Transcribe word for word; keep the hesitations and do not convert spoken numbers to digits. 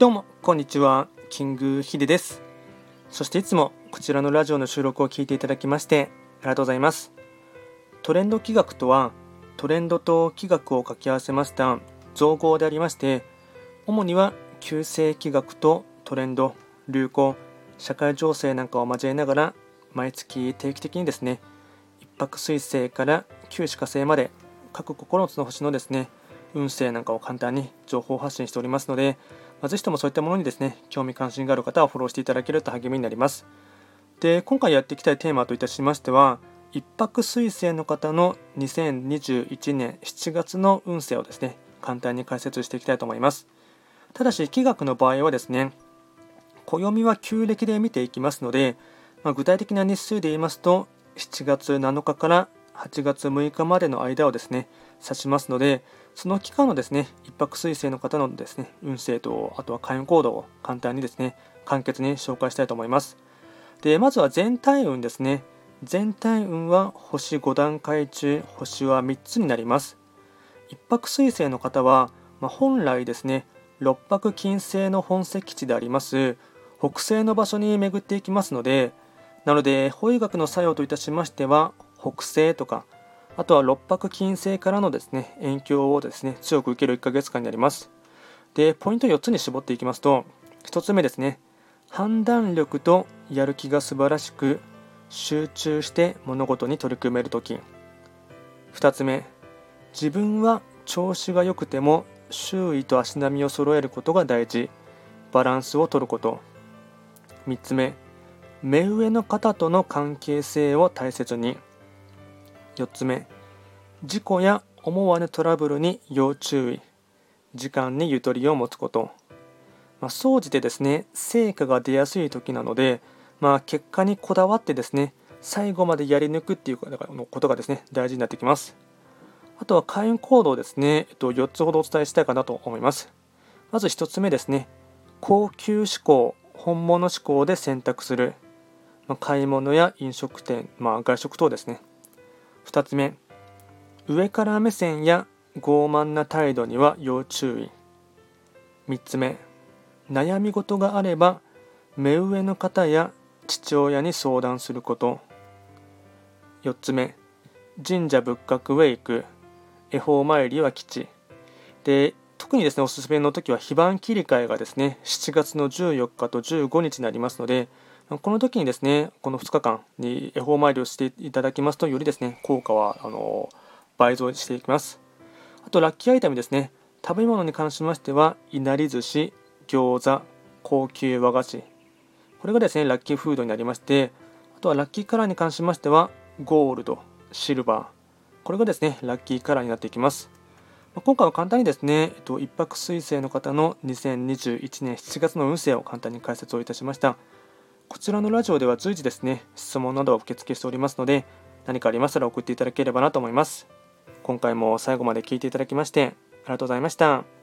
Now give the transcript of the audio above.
どうもこんにちは、キングヒデです。そしていつもこちらのラジオの収録を聞いていただきましてありがとうございます。トレンド企画とは、トレンドと企画を掛け合わせました造語でありまして、主には旧世企画とトレンド、流行、社会情勢なんかを交えながら、毎月定期的にですね、一泊水星から九死火星まで各ここのつの星のですね、運勢なんかを簡単に情報発信しておりますので、まあ、ぜひともそういったものにですね、興味関心がある方はフォローしていただけると励みになります。で、今回やっていきたいテーマといたしましては、一泊水星の方のにせんにじゅういちねんしちがつの運勢をですね、簡単に解説していきたいと思います。ただし、気学の場合はですね、暦は旧暦で見ていきますので、まあ、具体的な日数で言いますと、しちがつなのかからはちがつむいかまでの間をですね、指しますので、その期間のですね、一泊水星の方のですね、運勢と、あとは開運行動を簡単にですね、簡潔に紹介したいと思います。で、まずは全体運ですね。全体運は星ごだんかい中、星はみっつになります。一泊水星の方は、まあ、本来ですね、六白金星の本石地であります北西の場所に巡っていきますので、なので、法医学の作用といたしましては、北西とか、あとは六白金星からのですね、影響をですね、強く受けるいっかげつかんになります。で、ポイントよっつに絞っていきますと、ひとつめですね、判断力とやる気が素晴らしく、集中して物事に取り組めるとき。ふたつめ、自分は調子が良くても周囲と足並みを揃えることが大事。バランスを取ること。みっつめ、目上の方との関係性を大切に。よっつめ、事故や思わぬトラブルに要注意。時間にゆとりを持つこと。まあ、総じてですね、成果が出やすい時なので、まあ、結果にこだわってですね、最後までやり抜くっていうことがですね、大事になってきます。あとは開運行動ですね、えっと、よっつほどお伝えしたいかなと思います。まずひとつめですね、高級志向、本物志向で選択する。まあ、買い物や飲食店、まあ、外食等ですね。ふたつめ、上から目線や傲慢な態度には要注意。みっつめ、悩み事があれば目上の方や父親に相談すること。よっつめ、神社仏閣へ行く。恵方参りは吉。で、特にですね、おすすめの時は非番切り替えがですね、しちがつのじゅうよっかとじゅうごにちになりますので、この時にですね、このふつかかんに恵方参りをしていただきますと、よりですね、効果はあの倍増していきます。あと、ラッキーアイテムですね、食べ物に関しましては、いなり寿司、餃子、高級和菓子。これがですね、ラッキーフードになりまして、あとはラッキーカラーに関しましては、ゴールド、シルバー。これがですね、ラッキーカラーになっていきます。今回は簡単にですね、えっと、一泊水星の方のにせんにじゅういちねんしちがつの運勢を簡単に解説をいたしました。こちらのラジオでは随時ですね、質問などを受付しておりますので、何かありましたら送っていただければなと思います。今回も最後まで聞いていただきまして、ありがとうございました。